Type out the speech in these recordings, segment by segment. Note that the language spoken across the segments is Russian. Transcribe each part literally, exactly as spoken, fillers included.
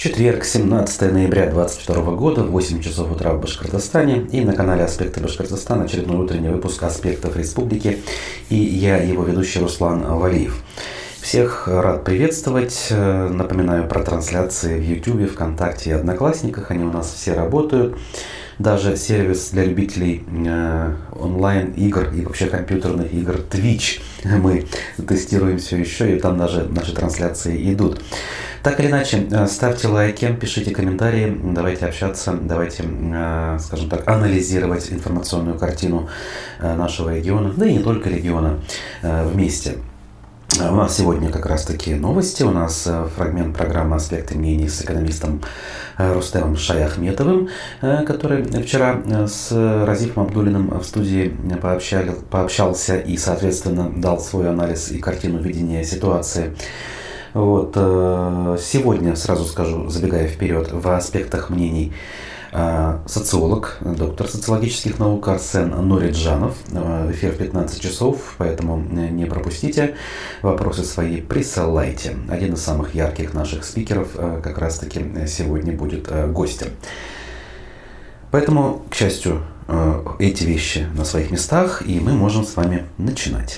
Четверг, семнадцатое ноября две тысячи двадцать второго года, восемь часов утра в Башкортостане, и на канале «Аспекты Башкортостана» очередной утренний выпуск «Аспектов Республики», и я, его ведущий Руслан Валиев. Всех рад приветствовать. Напоминаю про трансляции в Ютубе, ВКонтакте и Одноклассниках. Они у нас все работают. Даже сервис для любителей э, онлайн-игр и вообще компьютерных игр Twitch мы тестируем все еще, и там даже наши трансляции идут. Так или иначе, ставьте лайки, пишите комментарии, давайте общаться, давайте, э, скажем так, анализировать информационную картину э, нашего региона, да и не только региона, э, вместе. У нас сегодня как раз такие новости. У нас фрагмент программы «Аспекты мнений» с экономистом Рустемом Шаяхметовым, который вчера с Разифом Абдуллиным в студии пообщали, пообщался и, соответственно, дал свой анализ и картину видения ситуации. Вот. Сегодня, сразу скажу, забегая вперед, в «Аспектах мнений» социолог, доктор социологических наук Арсен Нуриджанов. Эфир в пятнадцать часов, поэтому не пропустите. Вопросы свои присылайте. Один из самых ярких наших спикеров как раз-таки сегодня будет гостем. Поэтому, к счастью, эти вещи на своих местах, и мы можем с вами начинать.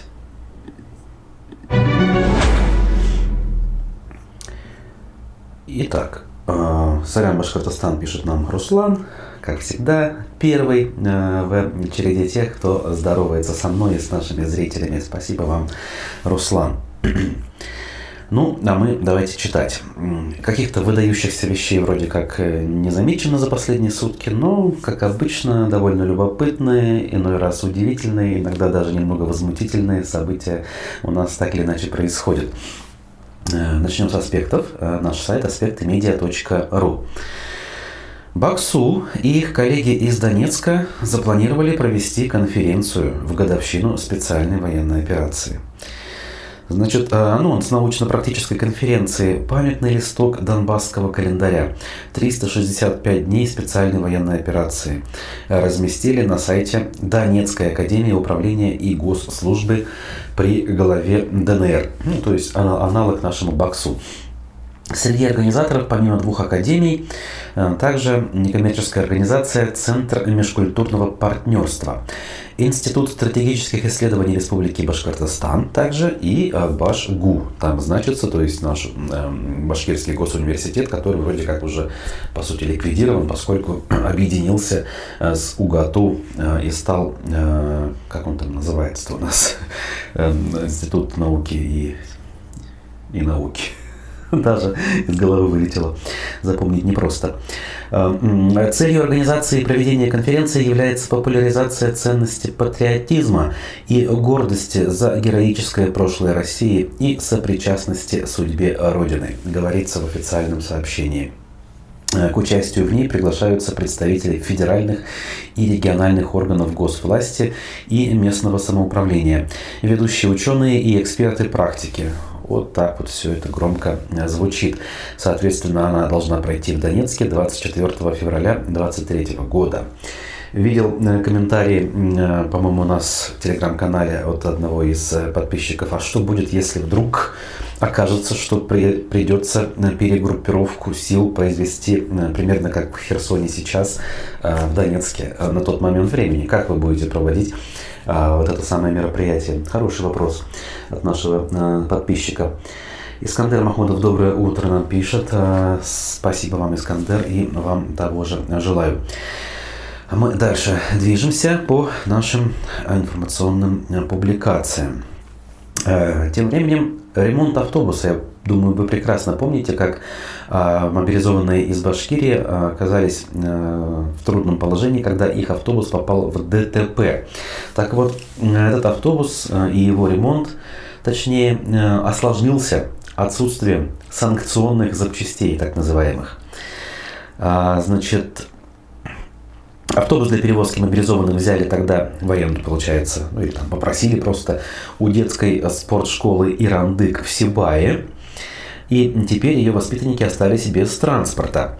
Итак, Салям Башкортостан, пишет нам Руслан, как всегда, первый в череде тех, кто здоровается со мной и с нашими зрителями. Спасибо вам, Руслан. Ну, а мы давайте читать. Каких-то выдающихся вещей вроде как не замечено за последние сутки, но, как обычно, довольно любопытные, иной раз удивительные, иногда даже немного возмутительные события у нас так или иначе происходят. Начнем с аспектов. Наш сайт аспекты медиа точка ру. Баксу и их коллеги из Донецка запланировали провести конференцию в годовщину специальной военной операции. Значит, анонс научно-практической конференции «Памятный листок Донбасского календаря. триста шестьдесят пять дней специальной военной операции» разместили на сайте Донецкой академии управления и госслужбы при главе ДНР, ну, то есть аналог нашему Баксу. Среди организаторов, помимо двух академий, также некоммерческая организация «Центр межкультурного партнерства», Институт стратегических исследований Республики Башкортостан, также и БашГУ. Там значится, то есть наш э, Башкирский госуниверситет, который вроде как уже, по сути, ликвидирован, поскольку объединился э, с УГАТУ э, и стал, э, как он там называется у нас, э, Институт науки и, и науки. Даже из головы вылетело. Запомнить непросто. Целью организации и проведения конференции является популяризация ценности патриотизма и гордости за героическое прошлое России и сопричастности судьбе Родины, говорится в официальном сообщении. К участию в ней приглашаются представители федеральных и региональных органов госвласти и местного самоуправления, ведущие ученые и эксперты практики. Вот так вот все это громко звучит. Соответственно, она должна пройти в Донецке двадцать четвёртого февраля две тысячи двадцать третьего года. Видел комментарий, по-моему, у нас в телеграм-канале от одного из подписчиков. А что будет, если вдруг окажется, что при, придется перегруппировку сил произвести примерно как в Херсоне сейчас, в Донецке, на тот момент времени? Как вы будете проводить вот это самое мероприятие? Хороший вопрос от нашего подписчика. Искандер Махмудов, доброе утро, нам пишет. Спасибо вам, Искандер, и вам того же желаю. Мы дальше движемся по нашим информационным публикациям. Тем временем ремонт автобуса. Я думаю, вы прекрасно помните, как мобилизованные из Башкирии оказались в трудном положении, когда их автобус попал в ДТП. Так вот, этот автобус и его ремонт, точнее, осложнился отсутствием санкционных запчастей, так называемых. Значит, автобус для перевозки мобилизованных взяли тогда в аренду, получается, ну или там попросили просто у детской спортшколы «Ирандык» в Сибае. И теперь ее воспитанники остались без транспорта.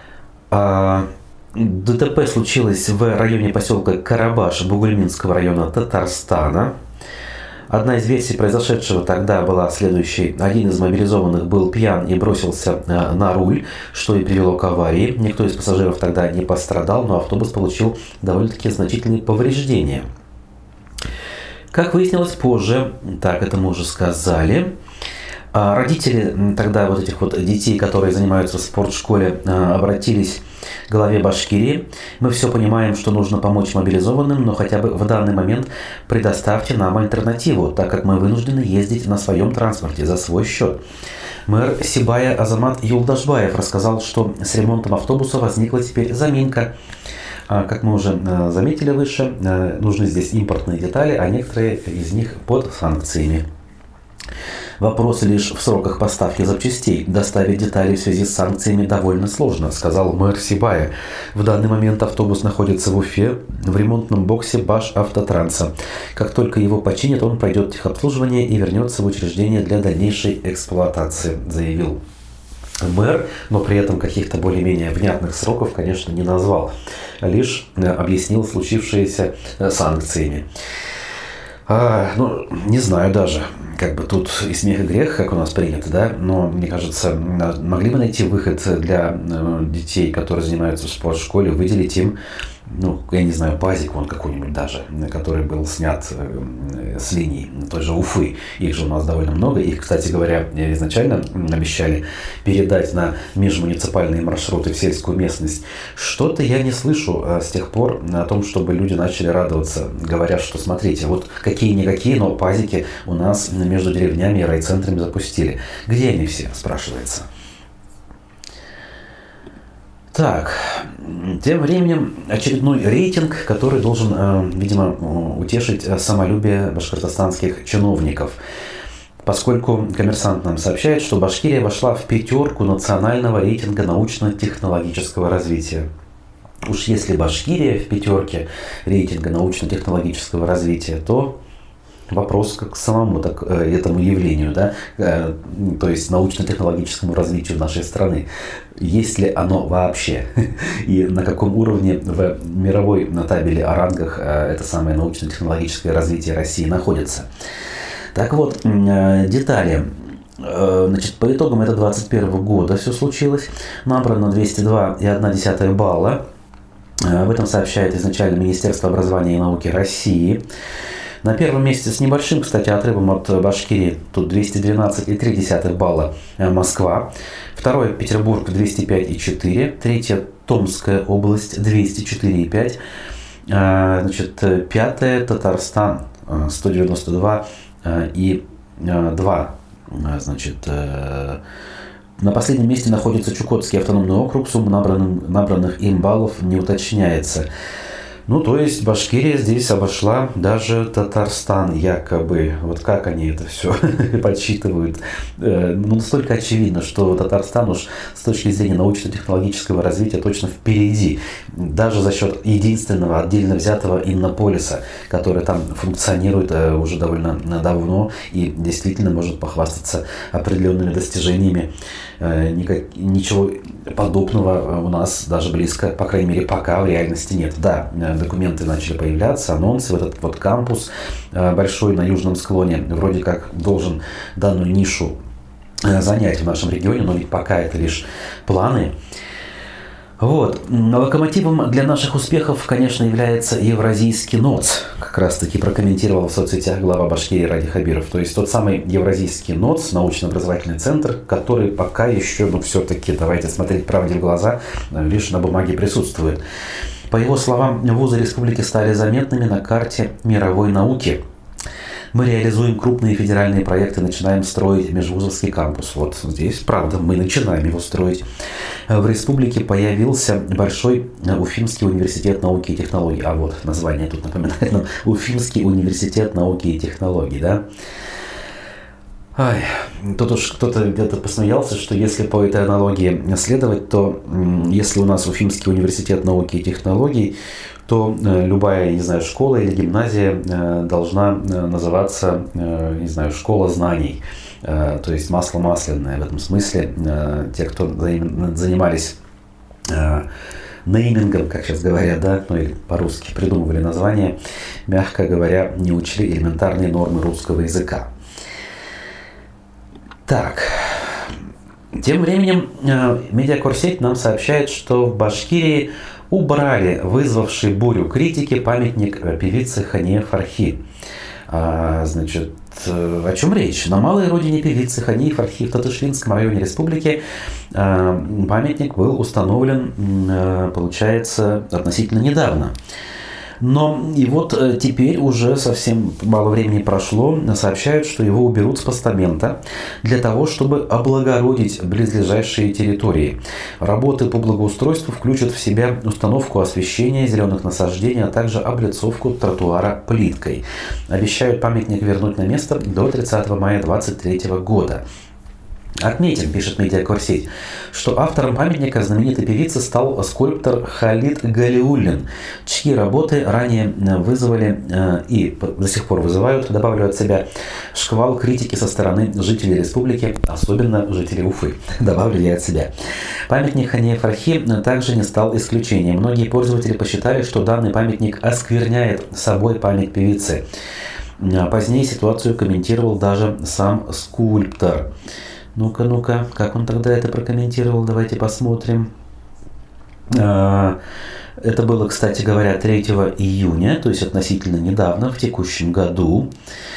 ДТП случилось в районе поселка Карабаш Бугульминского района Татарстана. Одна из версий произошедшего тогда была следующей. Один из мобилизованных был пьян и бросился на руль, что и привело к аварии. Никто из пассажиров тогда не пострадал, но автобус получил довольно-таки значительные повреждения. Как выяснилось позже, так это мы уже сказали, родители тогда вот этих вот детей, которые занимаются в спортшколе, обратились к главе Башкирии. Мы все понимаем, что нужно помочь мобилизованным, но хотя бы в данный момент предоставьте нам альтернативу, так как мы вынуждены ездить на своем транспорте за свой счет. Мэр Сибая Азамат Юлдашбаев рассказал, что с ремонтом автобуса возникла теперь заминка. Как мы уже заметили выше, нужны здесь импортные детали, а некоторые из них под санкциями. Вопрос лишь в сроках поставки запчастей. Доставить детали в связи с санкциями довольно сложно, сказал мэр Сибая. В данный момент автобус находится в Уфе, в ремонтном боксе Башавтотранса. Как только его починят, он пройдет техобслуживание и вернется в учреждение для дальнейшей эксплуатации, заявил мэр, но при этом каких-то более-менее внятных сроков, конечно, не назвал. Лишь объяснил случившееся санкциями. А, ну, не знаю даже, как бы тут и смех, и грех, как у нас принято, да, но, мне кажется, могли бы найти выход для детей, которые занимаются в спортшколе, выделить им, ну, я не знаю, пазик вон какой-нибудь даже, который был снят с линий той же Уфы. Их же у нас довольно много. Их, кстати говоря, изначально обещали передать на межмуниципальные маршруты в сельскую местность. Что-то я не слышу с тех пор о том, чтобы люди начали радоваться, говоря, что смотрите, вот какие-никакие, но пазики у нас между деревнями и райцентрами запустили. Где они все, спрашивается. Так, тем временем очередной рейтинг, который должен, видимо, утешить самолюбие башкортостанских чиновников. Поскольку «Коммерсант» нам сообщает, что Башкирия вошла в пятерку национального рейтинга научно-технологического развития. Уж если Башкирия в пятерке рейтинга научно-технологического развития, то вопрос как к самому так, этому явлению, да, то есть научно-технологическому развитию нашей страны. Есть ли оно вообще? И на каком уровне в мировой табеле о рангах это самое научно-технологическое развитие России находится? Так вот, детали. Значит, по итогам это двадцать первого года все случилось. Набрано двести два и одна десятая балла. Об этом сообщает изначально Министерство образования и науки России. На первом месте с небольшим, кстати, отрывом от Башкирии, тут двести двенадцать и три десятых балла Москва. Второе – Петербург, двести пять и четыре. Третье – Томская область, двести четыре и пять. Значит, пятое – Татарстан, сто девяносто два и два. Значит, на последнем месте находится Чукотский автономный округ. Сумма набранных, набранных им баллов не уточняется. Ну, то есть Башкирия здесь обошла даже Татарстан якобы. Вот как они это все подсчитывают. Ну, настолько очевидно, что Татарстан уж с точки зрения научно-технологического развития точно впереди. Даже за счет единственного отдельно взятого Иннополиса, который там функционирует уже довольно давно и действительно может похвастаться определенными достижениями. Никак, ничего подобного у нас даже близко, по крайней мере, пока в реальности нет. Да, документы начали появляться, анонсы, вот этот вот кампус большой на южном склоне вроде как должен данную нишу занять в нашем регионе, но ведь пока это лишь планы. Вот. Локомотивом для наших успехов, конечно, является Евразийский НОЦ. Как раз таки прокомментировал в соцсетях глава Башкирии Ради Хабиров. То есть тот самый Евразийский НОЦ, научно-образовательный центр, который пока еще, ну все-таки, давайте смотреть правде в глаза, лишь на бумаге присутствует. По его словам, вузы республики стали заметными на карте мировой науки. Мы реализуем крупные федеральные проекты, начинаем строить межвузовский кампус. Вот здесь, правда, мы начинаем его строить. В республике появился большой Уфимский университет науки и технологий. А вот название тут напоминает нам. Уфимский университет науки и технологий, да? Ай, тут уж кто-то где-то посмеялся, что если по этой аналогии следовать, то если у нас Уфимский университет науки и технологий, то любая, не знаю, школа или гимназия должна называться, не знаю, школа знаний. То есть масло масляное в этом смысле. Те, кто занимались неймингом, как сейчас говорят, да, ну или по-русски придумывали название, мягко говоря, не учли элементарные нормы русского языка. Так, тем временем Медиакорсеть нам сообщает, что в Башкирии убрали вызвавший бурю критики памятник певице Хане Фархи. А, значит, о чем речь? На малой родине певицы Хани Фархи в Татышлинском районе республики а, памятник был установлен, а, получается, относительно недавно. Но и вот теперь уже совсем мало времени прошло, сообщают, что его уберут с постамента для того, чтобы облагородить близлежащие территории. Работы по благоустройству включат в себя установку освещения, зеленых насаждений, а также облицовку тротуара плиткой. Обещают памятник вернуть на место до тридцатого мая две тысячи двадцать третьего года. Отметим, пишет Медиакорсеть, что автором памятника знаменитой певицы стал скульптор Халид Галиуллин, чьи работы ранее вызвали и до сих пор вызывают, добавлю от себя, шквал критики со стороны жителей республики, особенно жителей Уфы, добавлю я от себя. Памятник Хане Фархи также не стал исключением. Многие пользователи посчитали, что данный памятник оскверняет собой память певицы. Позднее ситуацию комментировал даже сам скульптор. Ну-ка, ну-ка, как он тогда это прокомментировал, давайте посмотрим. Это было, кстати говоря, третьего июня, то есть относительно недавно, в текущем году.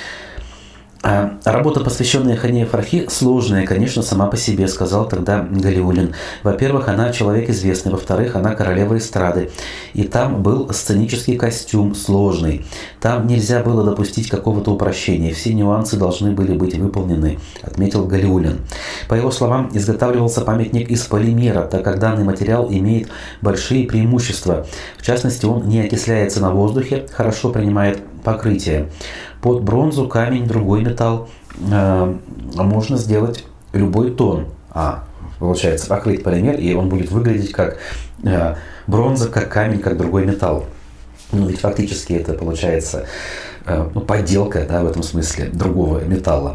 Работа, посвященная Хане Фархи, сложная, конечно, сама по себе, сказал тогда Галиуллин. Во-первых, она человек известный, во-вторых, она королева эстрады. И там был сценический костюм сложный. Там нельзя было допустить какого-то упрощения. Все нюансы должны были быть выполнены, отметил Галиуллин. По его словам, изготавливался памятник из полимера, так как данный материал имеет большие преимущества. В частности, он не окисляется на воздухе, хорошо принимает покрытие. Под бронзу, камень, другой металл э, можно сделать любой тон. А, получается, покрыть полимер, и он будет выглядеть как э, бронза, как камень, как другой металл. Ну, ведь фактически это получается э, ну, подделка, да, в этом смысле, другого металла.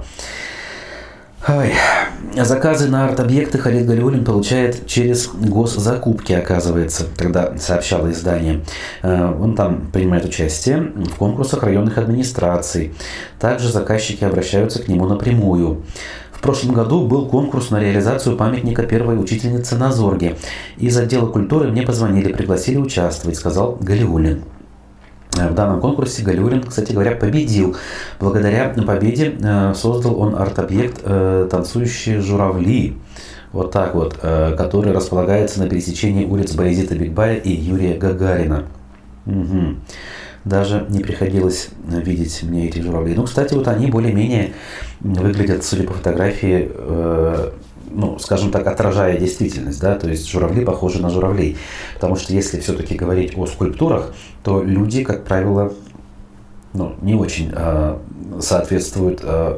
Ой. Заказы на арт-объекты Халид Галиуллин получает через госзакупки, оказывается, когда сообщало издание. Он там принимает участие в конкурсах районных администраций. Также заказчики обращаются к нему напрямую. В прошлом году был конкурс на реализацию памятника первой учительницы на Зорге. Из отдела культуры мне позвонили, пригласили участвовать, сказал Галиуллин. В данном конкурсе Галиуллин, кстати говоря, победил. Благодаря победе создал он арт-объект «Танцующие журавли», вот так вот, который располагается на пересечении улиц Баязита Бигбая и Юрия Гагарина. Угу. Даже не приходилось видеть мне эти журавли. Ну, кстати, вот они более-менее выглядят, судя по фотографии, ну, скажем так, отражая действительность, да, то есть журавли похожи на журавлей. Потому что если все-таки говорить о скульптурах, то люди, как правило, ну, не очень э, соответствуют э,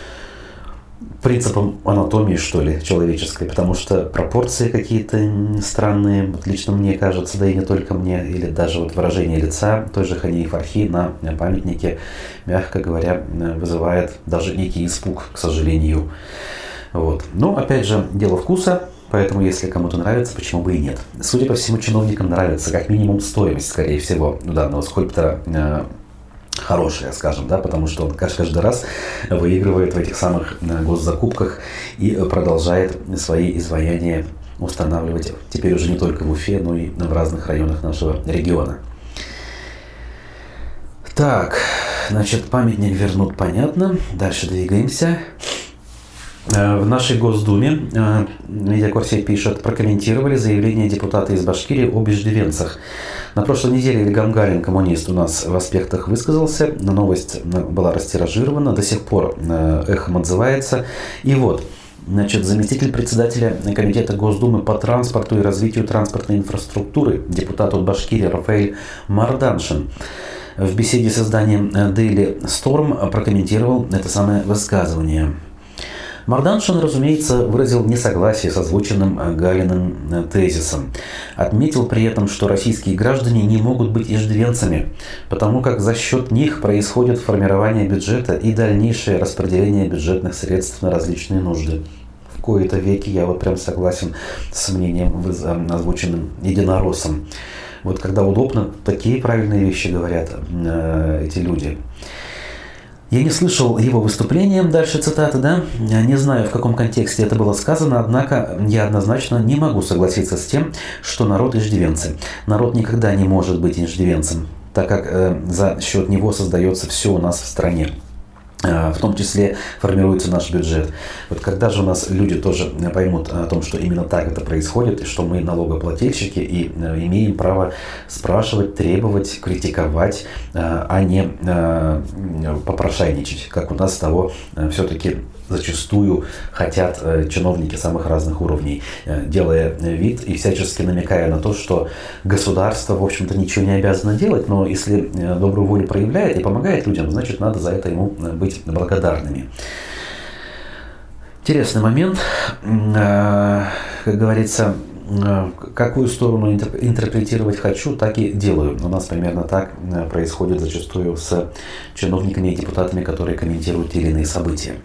принципам анатомии, что ли, человеческой, потому что пропорции какие-то странные, вот лично мне кажется, да и не только мне, или даже вот выражение лица той же Хане Фархи на памятнике, мягко говоря, вызывает даже некий испуг, к сожалению. Вот. Но, опять же, дело вкуса, поэтому, если кому-то нравится, почему бы и нет. Судя по всему, чиновникам нравится, как минимум, стоимость, скорее всего, у данного скульптора э, хорошая, скажем, да, потому что он каждый раз выигрывает в этих самых госзакупках и продолжает свои изваяния устанавливать теперь уже не только в Уфе, но и в разных районах нашего региона. Так, значит, памятник вернут, понятно. Дальше двигаемся. В нашей Госдуме, Медиакорсеть пишет, прокомментировали заявление депутата из Башкирии об иждивенцах. На прошлой неделе Ильгам Галин, коммунист, у нас в аспектах высказался, новость была растиражирована, до сих пор эхом отзывается. И вот, значит, заместитель председателя Комитета Госдумы по транспорту и развитию транспортной инфраструктуры, депутат от Башкирии Рафаэль Марданшин, в беседе с изданием Daily Storm прокомментировал это самое высказывание. Марданшин, разумеется, выразил несогласие с озвученным Галиным тезисом. Отметил при этом, что российские граждане не могут быть иждивенцами, потому как за счет них происходит формирование бюджета и дальнейшее распределение бюджетных средств на различные нужды. кои-то веки я вот прям согласен с мнением, озвученным единороссом. Вот когда удобно, такие правильные вещи говорят э, эти люди. Я не слышал его выступления, дальше цитата, да, не знаю, в каком контексте это было сказано, однако я однозначно не могу согласиться с тем, что народ иждивенцы. Народ никогда не может быть иждивенцем, так как э, за счет него создается все у нас в стране. В том числе формируется наш бюджет. Вот когда же у нас люди тоже поймут о том, что именно так это происходит, и что мы налогоплательщики и имеем право спрашивать, требовать, критиковать, а не попрошайничать, как у нас того все-таки зачастую хотят чиновники самых разных уровней, делая вид и всячески намекая на то, что государство, в общем-то, ничего не обязано делать, но если добрую волю проявляет и помогает людям, значит, надо за это ему быть благодарными. Интересный момент. Как говорится, какую сторону интерпретировать хочу, так и делаю. У нас примерно так происходит зачастую с чиновниками и депутатами, которые комментируют те или иные события.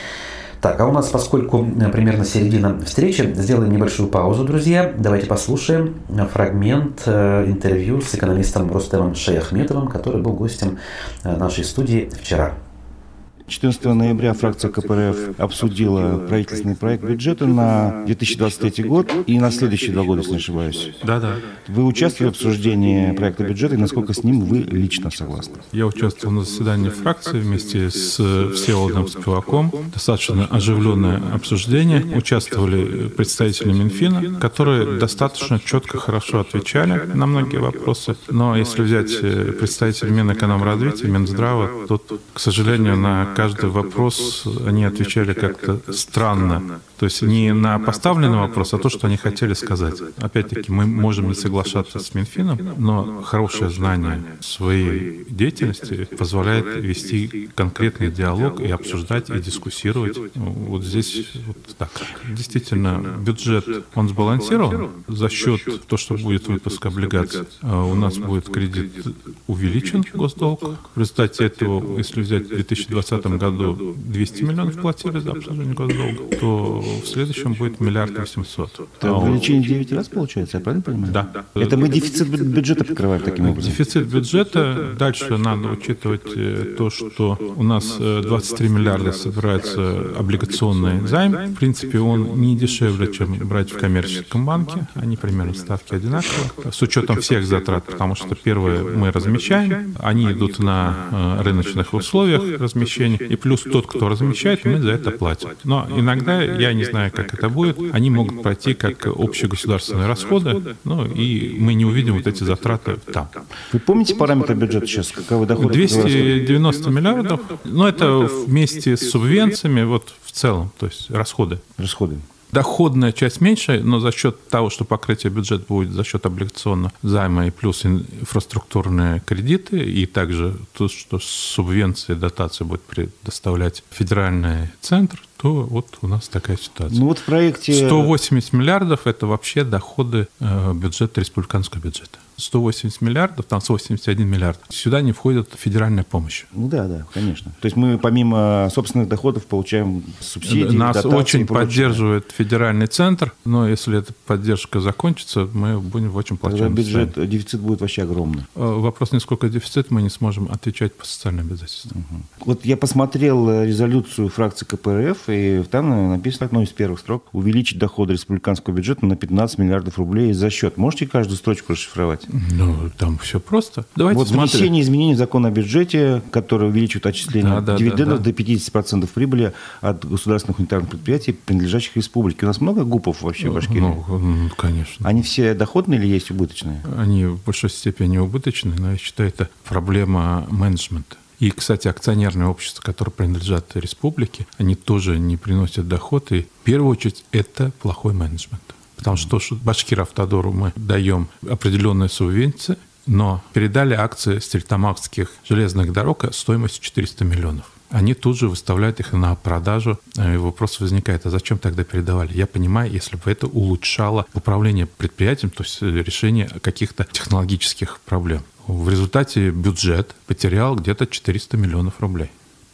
Так, а у нас, поскольку примерно середина встречи, сделаем небольшую паузу, друзья. Давайте послушаем фрагмент интервью с экономистом Рустемом Шаяхметовым, который был гостем нашей студии вчера. четырнадцатого ноября фракция ка пэ эр эф обсудила правительственный проект бюджета на две тысячи двадцать третий год и на следующие два года, если не ошибаюсь. Да, да. Вы участвовали в обсуждении проекта бюджета и насколько с ним вы лично согласны? Я участвовал на заседании фракции вместе с Всеволодом Спиваком. Достаточно оживленное обсуждение. Участвовали представители Минфина, которые достаточно четко, хорошо отвечали на многие вопросы. Но если взять представителей Минэкономразвития, Минздрава, то, к сожалению, на каждый вопрос они отвечали как-то странно. То есть не на поставленный вопрос, а то, что они хотели сказать. Опять-таки, мы можем не соглашаться с Минфином, но хорошее знание своей деятельности позволяет вести конкретный диалог и обсуждать, и дискуссировать. Вот здесь вот так. Действительно, бюджет, он сбалансирован за счет того, что будет выпуск облигаций. У нас будет кредит увеличен, госдолг. В результате этого, если взять в две тысячи двадцатом году двести миллионов платили за обслуживание госдолга, то в следующем будет миллиард восемьсот. Это увеличение в девять раз получается, я правильно понимаю? Да. Это мы дефицит бюджета покрываем таким образом? Дефицит бюджета. Дальше надо учитывать то, что у нас двадцать три миллиарда собирается облигационный займ. В принципе, он не дешевле, чем брать в коммерческом банке. Они примерно ставки одинаковые. С учетом всех затрат, потому что первые мы размещаем, они идут на рыночных условиях размещения. И плюс тот, кто размещает, мы за это платим. Но иногда, я не знаю, как это будет, они могут пройти как общегосударственные расходы, ну и мы не увидим вот эти затраты там. Вы помните параметры бюджета сейчас? Каковы доходы? двести девяносто миллиардов, но это вместе с субвенциями, вот в целом, то есть расходы. Расходы. Доходная часть меньше, но за счет того, что покрытие бюджета будет за счет облигационного займа и плюс инфраструктурные кредиты, и также то, что субвенции, дотации будет предоставлять федеральный центр, то вот у нас такая ситуация. Ну вот в проекте... сто восемьдесят миллиардов – это вообще доходы э, бюджета, республиканского бюджета. сто восемьдесят миллиардов, там восемьдесят один миллиард. Сюда не входит федеральная помощь. Ну да, да, конечно. То есть мы помимо собственных доходов получаем субсидии, Нас дотации, очень поддерживает прочее. федеральный центр, но если эта поддержка закончится, мы будем в очень плачевном бюджет, состоянии. дефицит будет вообще огромный. Вопрос не сколько дефицит, мы не сможем отвечать по социальным обязательствам. Угу. Вот я посмотрел резолюцию фракции ка пэ эр эф, и там написано одной из первых строк: увеличить доходы республиканского бюджета на пятнадцать миллиардов рублей за счет. Можете каждую строчку расшифровать? Ну, там все просто. Давайте вот смотреть. внесение изменений в закон о бюджете, который увеличивает отчисление да, да, дивидендов да, да. до пятьдесят процентов прибыли от государственных унитарных предприятий, принадлежащих республике. У нас много ГУПов вообще в Башкирии? Ну, конечно. Они все доходные или есть убыточные? Они в большой степени убыточные, но я считаю, это проблема менеджмента. И, кстати, акционерные общества, которые принадлежат республике, они тоже не приносят доход. И в первую очередь это плохой менеджмент. Потому что, что Башкиравтодору мы даем определенные субвенции, но передали акции Стерлитамакских железных дорог стоимостью четыреста миллионов. Они тут же выставляют их на продажу. И вопрос возникает, а зачем тогда передавали? Я понимаю, если бы это улучшало управление предприятием, то есть решение каких-то технологических проблем. В результате бюджет потерял где-то четыреста миллионов рублей.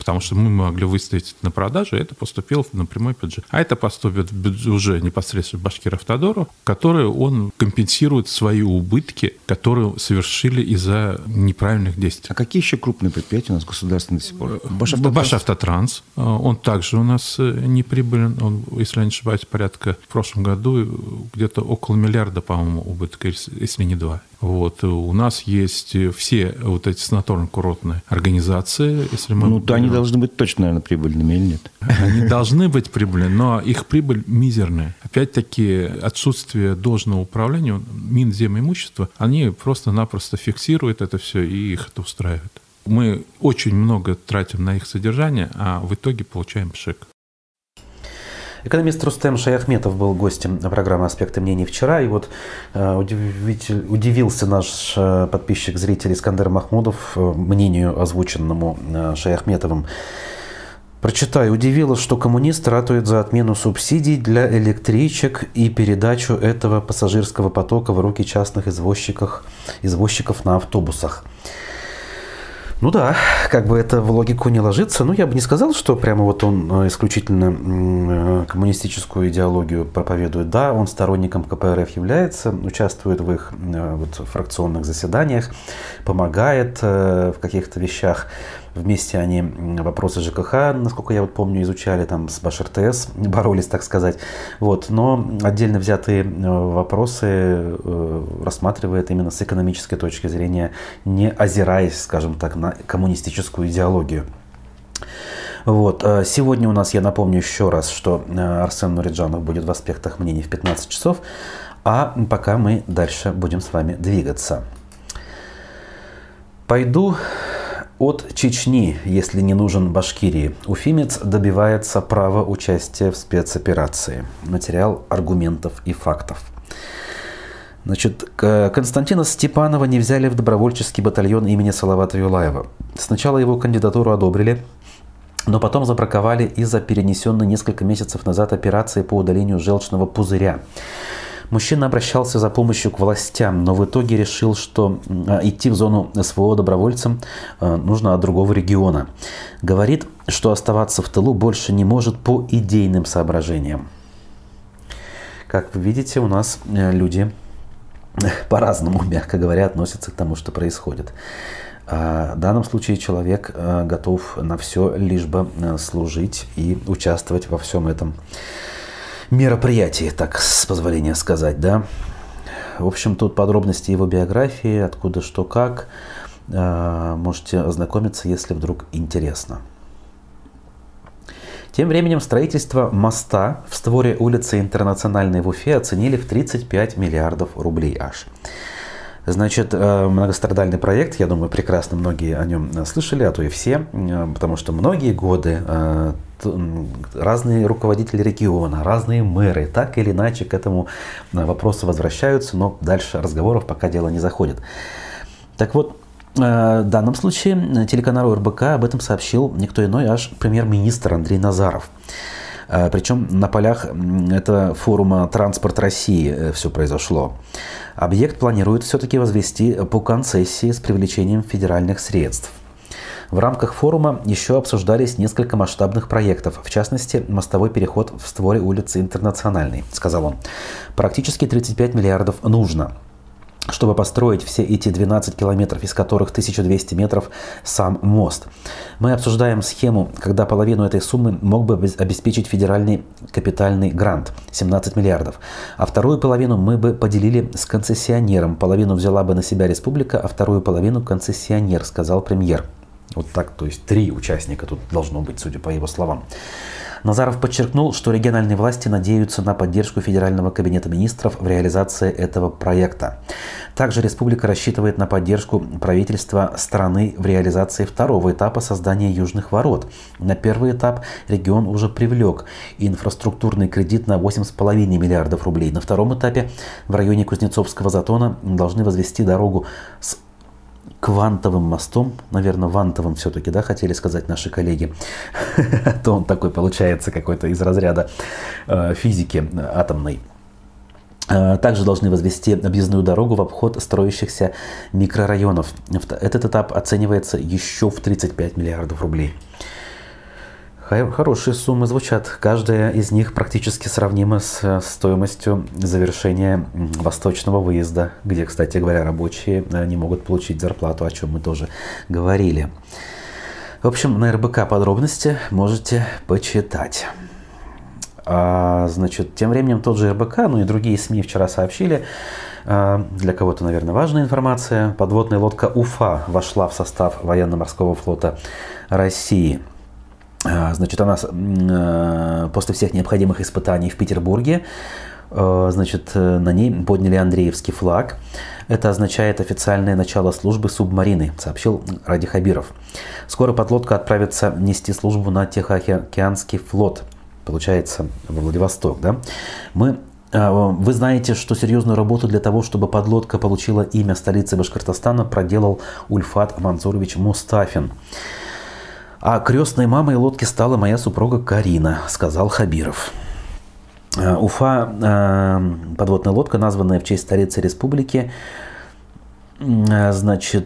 потому что мы могли выставить на продажу, и это поступило в напрямой бюджет. А это поступит в бюджет уже непосредственно Башкиравтодору, который он компенсирует свои убытки, которые совершили из-за неправильных действий. А какие еще крупные предприятия у нас государственные до сих пор? Башавтотранс. Башавтотранс. Он также у нас не прибылен. Он, если я не ошибаюсь, порядка в прошлом году где-то около миллиарда, по-моему, убытка, если не два. Вот. У нас есть все вот эти санаторно-курортные организации. Если мы ну, то они должны быть точно, наверное, прибыльными или нет? Они должны быть прибыльными, но их прибыль мизерная. Опять-таки, отсутствие должного управления, Минземимущества, они просто-напросто фиксируют это все, и их это устраивает. Мы очень много тратим на их содержание, а в итоге получаем пшик. Экономист Рустем Шаяхметов был гостем программы «Аспекты мнений» вчера. И вот э, удивитель, удивился наш э, подписчик, зритель Искандер Махмудов э, мнению, озвученному э, Шаяхметовым. Прочитаю. Удивило, что коммунист ратует за отмену субсидий для электричек и передачу этого пассажирского потока в руки частных извозчиков, извозчиков на автобусах. Ну да, как бы это в логику не ложится. Ну, я бы не сказал, что прямо вот он исключительно коммунистическую идеологию проповедует. Да, он сторонником ка пэ эр эф является, участвует в их вот, фракционных заседаниях, помогает в каких-то вещах. Вместе они вопросы жэ ка ха, насколько я вот помню, изучали, там с Баш эр тэ эс боролись, так сказать. Вот. Но отдельно взятые вопросы рассматривает именно с экономической точки зрения, не озираясь, скажем так, на коммунистическую идеологию. Вот. Сегодня у нас, я напомню еще раз, что Арсен Нуриджанов будет в «Аспектах мнений» в пятнадцать часов, а пока мы дальше будем с вами двигаться. Пойду от Чечни, если не нужен Башкирии. Уфимец добивается права участия в спецоперации. Материал аргументов и фактов. Значит, Константина Степанова не взяли в добровольческий батальон имени Салавата Юлаева. Сначала его кандидатуру одобрили, но потом забраковали из-за перенесенной несколько месяцев назад операции по удалению желчного пузыря. Мужчина обращался за помощью к властям, но в итоге решил, что идти в зону эс вэ о добровольцем нужно от другого региона. Говорит, что оставаться в тылу больше не может по идейным соображениям. Как вы видите, у нас люди по-разному, мягко говоря, относятся к тому, что происходит. В данном случае человек готов на все, лишь бы служить и участвовать во всем этом мероприятии, так с позволения сказать, да. В общем, тут подробности его биографии, откуда, что, как. Можете ознакомиться, если вдруг интересно. Тем временем строительство моста в створе улицы Интернациональной в Уфе оценили в тридцать пять миллиардов рублей аж. Значит, многострадальный проект, я думаю, прекрасно многие о нем слышали, а то и все, потому что многие годы разные руководители региона, разные мэры так или иначе к этому вопросу возвращаются, но дальше разговоров пока дело не заходит. Так вот, в данном случае телеканалу эр бэ ка об этом сообщил никто иной, аж премьер-министр Андрей Назаров. Причем на полях этого форума «Транспорт России» все произошло. Объект планируют все-таки возвести по концессии с привлечением федеральных средств. В рамках форума еще обсуждались несколько масштабных проектов, в частности, мостовой переход в створе улицы Интернациональной, сказал он. Практически тридцать пять миллиардов нужно, чтобы построить все эти двенадцать километров, из которых тысяча двести метров сам мост. Мы обсуждаем схему, когда половину этой суммы мог бы обеспечить федеральный капитальный грант – семнадцать миллиардов, а вторую половину мы бы поделили с концессионером. Половину взяла бы на себя республика, а вторую половину концессионер, сказал премьер. Вот так, то есть три участника тут должно быть, судя по его словам. Назаров подчеркнул, что региональные власти надеются на поддержку Федерального кабинета министров в реализации этого проекта. Также республика рассчитывает на поддержку правительства страны в реализации второго этапа создания Южных ворот. На первый этап регион уже привлек инфраструктурный кредит на восемь с половиной миллиардов рублей. На втором этапе в районе Кузнецовского затона должны возвести дорогу с квантовым мостом, наверное, вантовым все-таки, да, хотели сказать наши коллеги, то он такой получается какой-то из разряда э, физики атомной. Также должны возвести объездную дорогу в обход строящихся микрорайонов. Этот этап оценивается еще в тридцать пять миллиардов рублей. Хорошие суммы звучат. Каждая из них практически сравнима с стоимостью завершения восточного выезда, где, кстати говоря, рабочие не могут получить зарплату, о чем мы тоже говорили. В общем, на эр бэ ка подробности можете почитать. А, значит, тем временем тот же эр бэ ка, ну и другие СМИ вчера сообщили, а, для кого-то, наверное, важная информация, подводная лодка «Уфа» вошла в состав военно-морского флота России. А, значит, она а, после всех необходимых испытаний в Петербурге, а, значит, на ней подняли Андреевский флаг. Это означает официальное начало службы субмарины, сообщил Ради Хабиров. Скоро подлодка отправится нести службу на Тихоокеанский флот. Получается, во Владивосток, да? Мы, вы знаете, что серьезную работу для того, чтобы подлодка получила имя столицы Башкортостана, проделал Ульфат Мансурович Мустафин. А крестной мамой лодки стала моя супруга Карина, сказал Хабиров. Уфа, подводная лодка, названная в честь столицы республики, значит...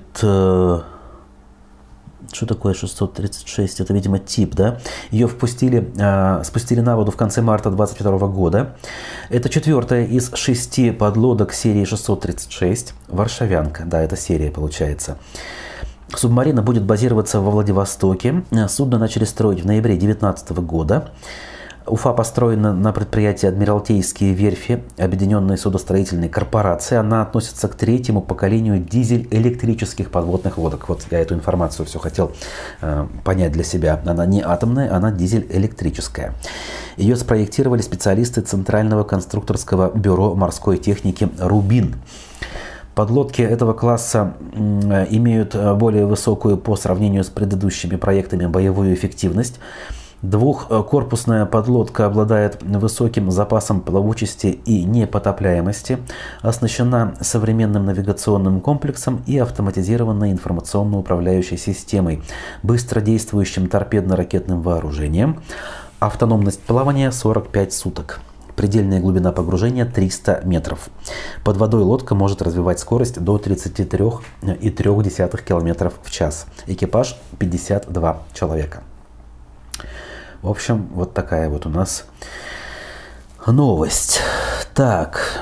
Что такое шестьсот тридцать шесть? Это, видимо, тип, да? Ее впустили, э, спустили на воду в конце марта две тысячи двадцать второго года. Это четвертая из шести подлодок серии шестьсот тридцать шесть. Варшавянка, да, это серия получается. Субмарина будет базироваться во Владивостоке. Судно начали строить в ноябре две тысячи девятнадцатого года. Уфа построена на предприятии «Адмиралтейские верфи» Объединенной судостроительной корпорации. Она относится к третьему поколению дизель-электрических подводных лодок. Вот я эту информацию все хотел э, понять для себя. Она не атомная, она дизель-электрическая. Ее спроектировали специалисты Центрального конструкторского бюро морской техники «Рубин». Подлодки этого класса имеют более высокую по сравнению с предыдущими проектами боевую эффективность. Двухкорпусная подлодка обладает высоким запасом плавучести и непотопляемости, оснащена современным навигационным комплексом и автоматизированной информационно-управляющей системой, быстродействующим торпедно-ракетным вооружением, автономность плавания сорок пять суток. Предельная глубина погружения триста метров. Под водой лодка может развивать скорость до тридцати трёх и трёх десятых километров в час. Экипаж пятьдесят два человека. В общем, вот такая вот у нас новость. Так.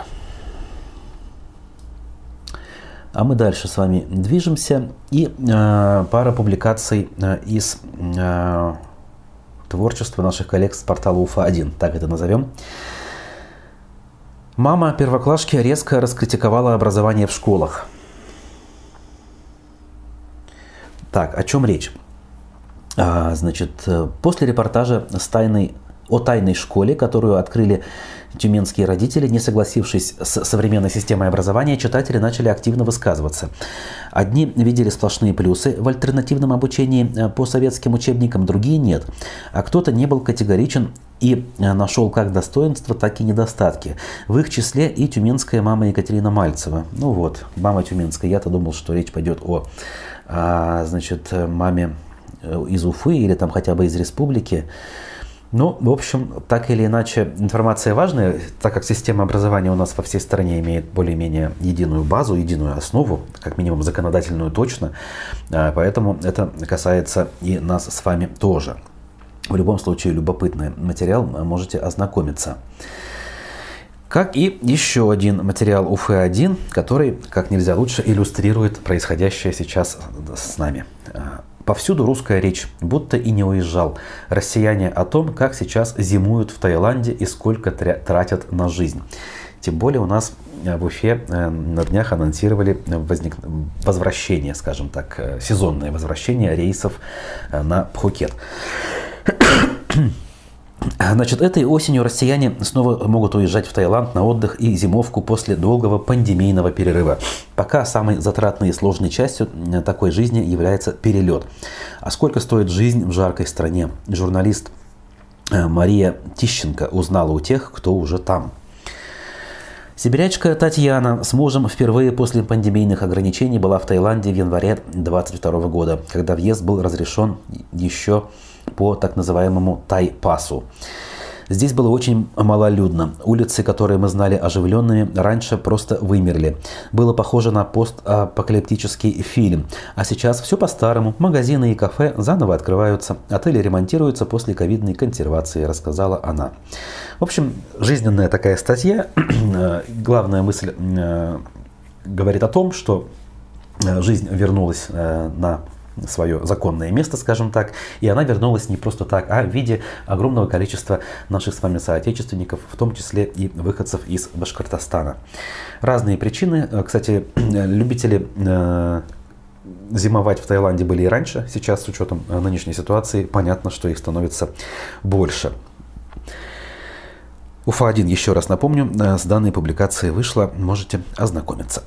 А мы дальше с вами движемся. И э, пара публикаций э, из э, творчества наших коллег с портала Уфа один. Так это назовем. Мама первоклашки резко раскритиковала образование в школах. Так, о чем речь? А, значит, после репортажа с тайной, о тайной школе, которую открыли тюменские родители, не согласившись с современной системой образования, читатели начали активно высказываться. Одни видели сплошные плюсы в альтернативном обучении по советским учебникам, другие нет. А кто-то не был категоричен и нашел как достоинства, так и недостатки. В их числе и тюменская мама Екатерина Мальцева. Ну вот, мама тюменская. Я-то думал, что речь пойдет о, а, значит, маме из Уфы или там хотя бы из республики. Ну, в общем, так или иначе, информация важная, так как система образования у нас во всей стране имеет более-менее единую базу, единую основу, как минимум законодательную точно, поэтому это касается и нас с вами тоже. В любом случае, любопытный материал, можете ознакомиться. Как и еще один материал Уфы один, который как нельзя лучше иллюстрирует происходящее сейчас с нами. Повсюду русская речь, будто и не уезжал. Россияне о том, как сейчас зимуют в Таиланде и сколько тратят на жизнь. Тем более у нас в Уфе на днях анонсировали возник... возвращение, скажем так, сезонное возвращение рейсов на Пхукет. Значит, этой осенью россияне снова могут уезжать в Таиланд на отдых и зимовку после долгого пандемийного перерыва. Пока самой затратной и сложной частью такой жизни является перелет. А сколько стоит жизнь в жаркой стране? Журналист Мария Тищенко узнала у тех, кто уже там. Сибирячка Татьяна с мужем впервые после пандемийных ограничений была в Таиланде в январе две тысячи двадцать второго года, когда въезд был разрешен еще по так называемому тай-пасу. Здесь было очень малолюдно. Улицы, которые мы знали оживленными, раньше просто вымерли. Было похоже на постапокалиптический фильм. А сейчас все по-старому. Магазины и кафе заново открываются. Отели ремонтируются после ковидной консервации, рассказала она. В общем, жизненная такая статья. Главная мысль говорит о том, что жизнь вернулась на свое законное место, скажем так, и она вернулась не просто так, а в виде огромного количества наших с вами соотечественников, в том числе и выходцев из Башкортостана. Разные причины. Кстати, любители э, зимовать в Таиланде были и раньше. Сейчас, с учетом нынешней ситуации, понятно, что их становится больше. Уфа один, еще раз напомню, с данной публикацией вышла, можете ознакомиться.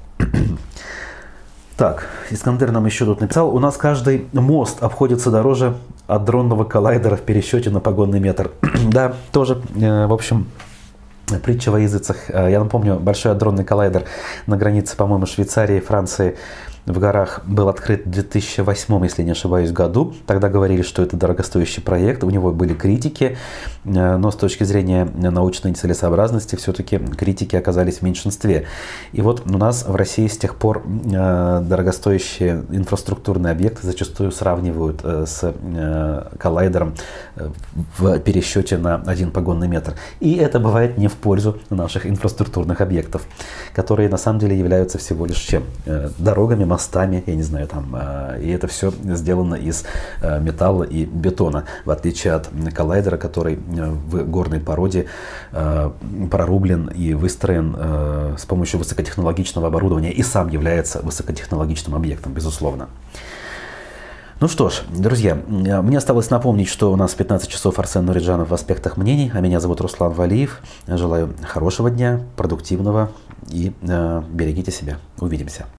Так, Искандер нам еще тут написал, у нас каждый мост обходится дороже от дронного коллайдера в пересчете на погонный метр. Да, тоже, в общем, притча во языцах. Я напомню, большой адронный коллайдер на границе, по-моему, Швейцарии и Франции в горах был открыт в две тысячи восьмом, если не ошибаюсь, году. Тогда говорили, что это дорогостоящий проект, у него были критики, но с точки зрения научной целесообразности все-таки критики оказались в меньшинстве. И вот у нас в России с тех пор дорогостоящие инфраструктурные объекты зачастую сравнивают с коллайдером в пересчете на один погонный метр. И это бывает не в пользу наших инфраструктурных объектов, которые на самом деле являются всего лишь чем? Дорогами, мостами, я не знаю, там, и это все сделано из металла и бетона, в отличие от коллайдера, который в горной породе прорублен и выстроен с помощью высокотехнологичного оборудования и сам является высокотехнологичным объектом, безусловно. Ну что ж, друзья, мне осталось напомнить, что у нас в пятнадцать часов Арсен Нуриджанов в «Аспектах мнений», а меня зовут Руслан Валиев. Желаю хорошего дня, продуктивного и э, берегите себя. Увидимся.